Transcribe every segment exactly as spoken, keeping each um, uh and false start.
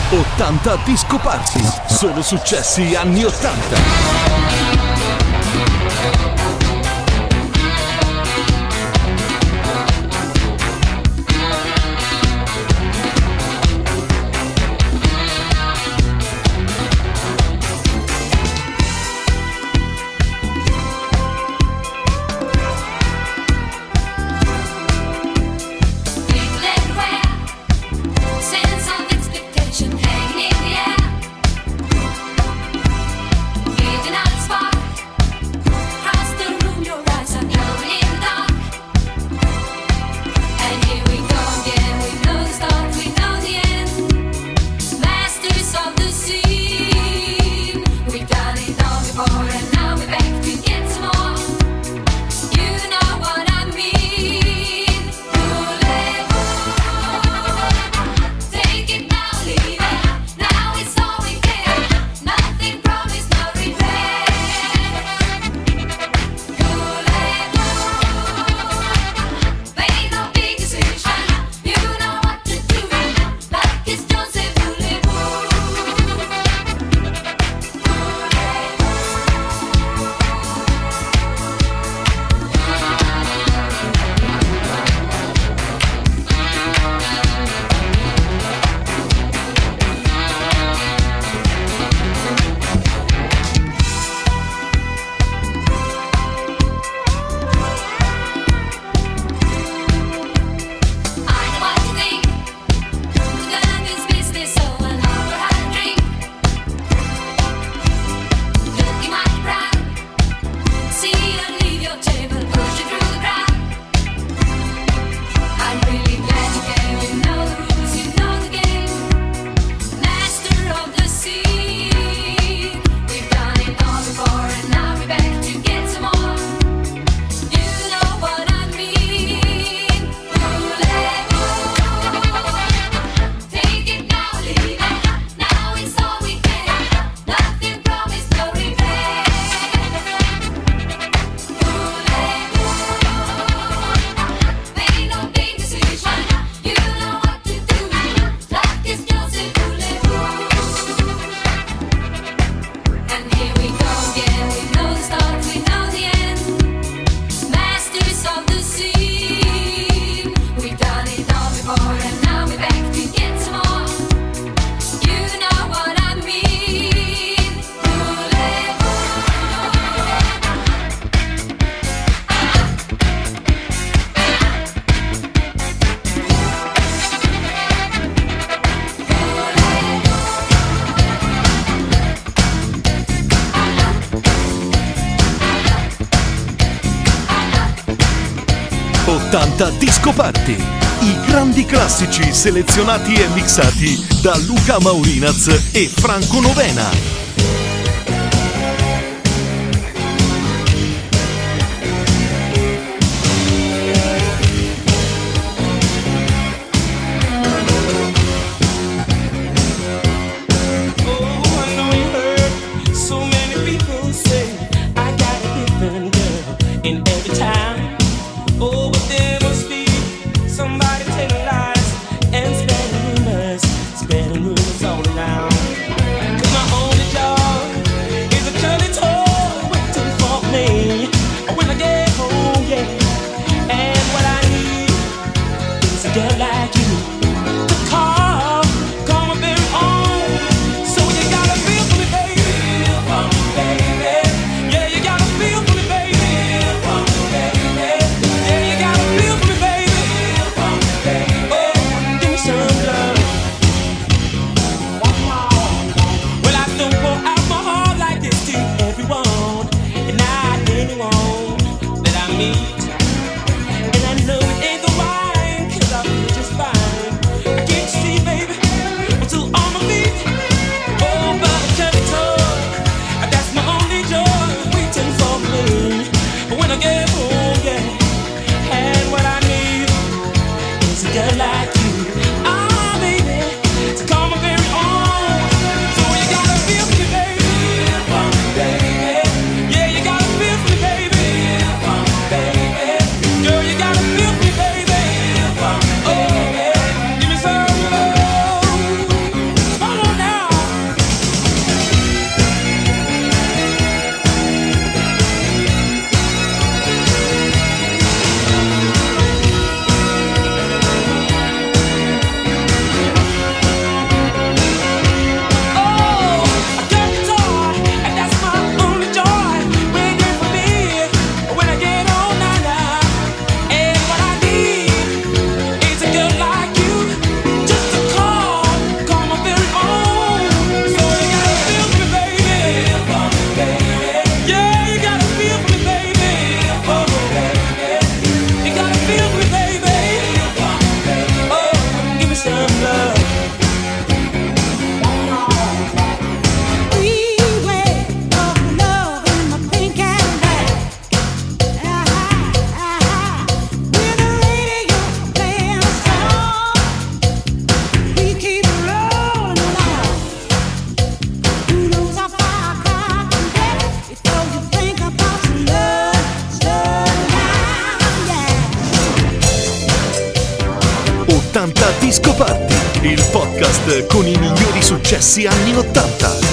ottanta Disco Party, solo successi anni ottanta. ottanta Disco Party, i grandi classici selezionati e mixati da Luca Maurinaz e Franco Novena. Spreading rumors all around. 'Cause my only job il podcast con i migliori successi anni ottanta.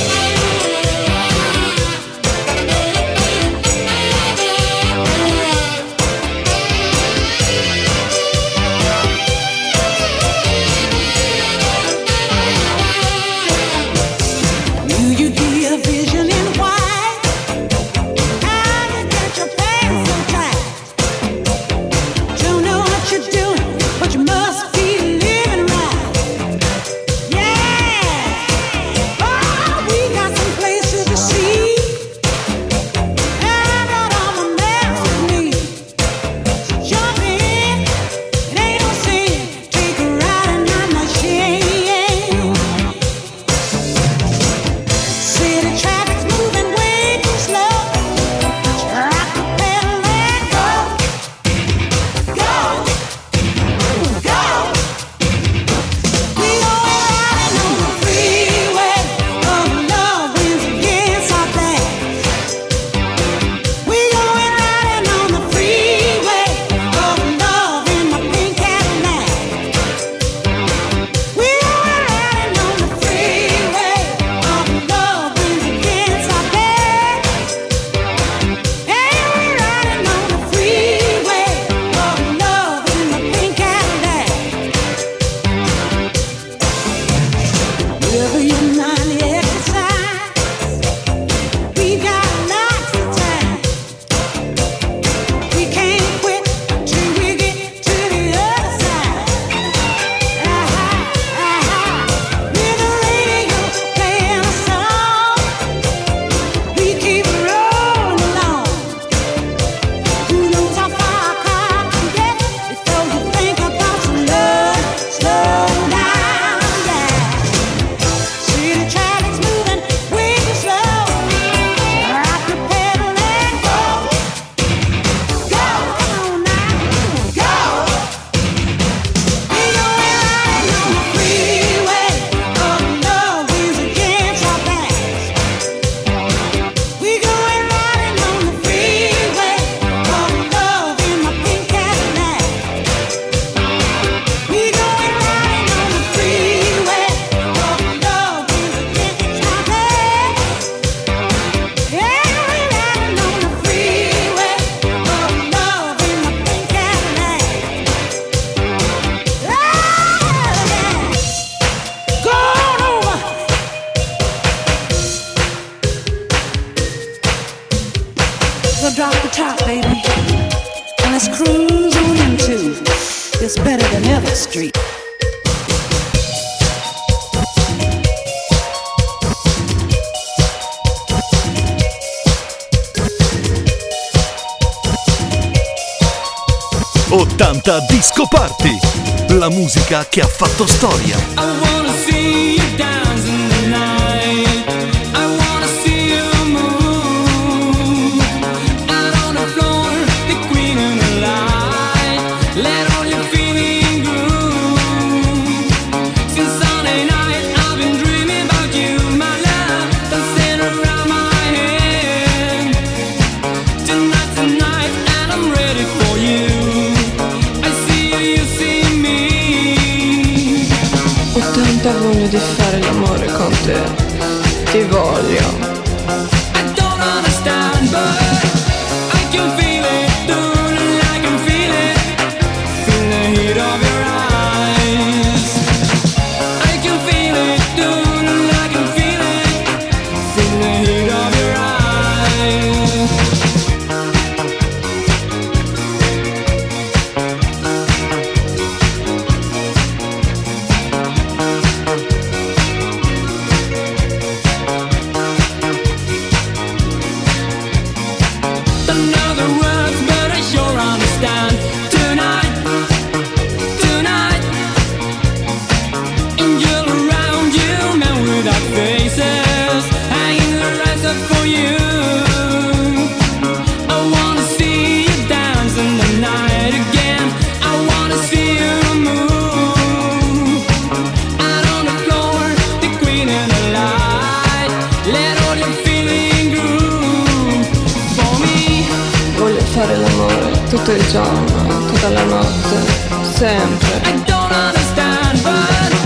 Drop the top, baby, and let's cruise on into this better than ever street. ottanta Disco Party, la musica che ha fatto storia. I wanna see you dance in the night. I wanna see you move out on the floor, the queen of the light. Let all your feeling groove. Since Sunday night I've been dreaming about you, my love, dancing around my head. Tonight, tonight, and I'm ready for you. I see you, you see me. Ho tanta voglia di fare l'amore con te, ti voglio. I don't understand, but I can feel it, darling, I can feel it. Feel the heat of your eyes. I can feel it, darling, I can feel it. Feel the heat of your eyes. Don't know the words, but I sure understand. Tonight, tonight, angel around you, men without faces, hanging their eyes up for you. I wanna see you dance in the night again. I wanna see you move out on the floor, the queen and the light. Let all your feeling groove for me. Voglio fare l'amore tutto il giorno, tutta la notte, sempre. I don't understand, but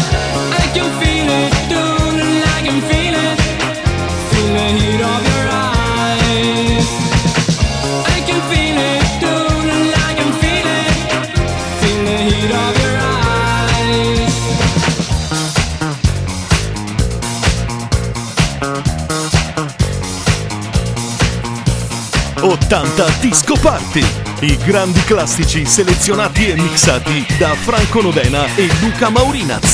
ottanta Disco Party. I grandi classici selezionati e mixati da Franco Novena e Luca Maurinaz.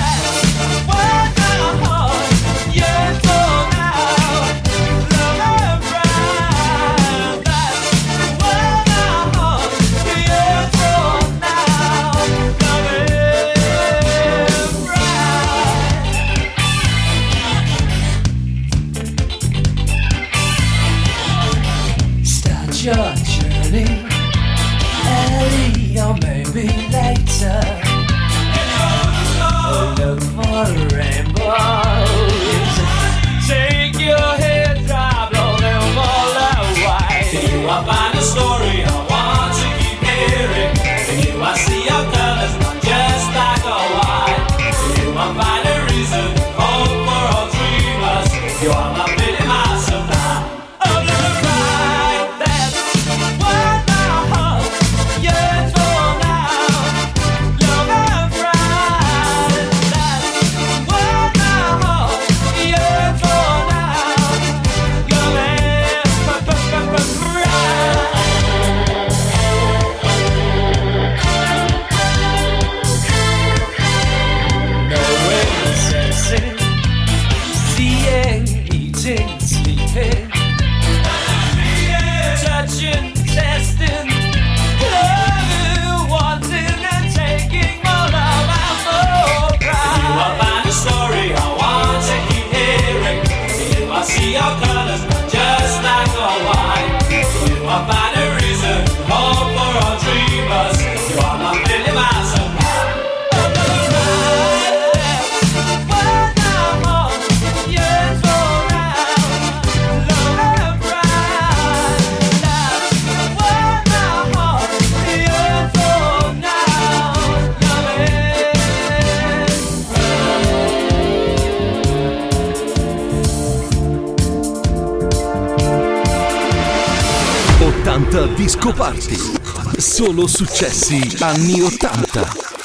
Your journey early or maybe later. Look for a rainbow. Take your head, drop, blow them all away. You I find a story I want to keep hearing. You I see your colors, not just black or white. You I find a reason, hope for all dreamers. You are my pity, my supply. ottanta Disco Party. Solo successi anni ottanta.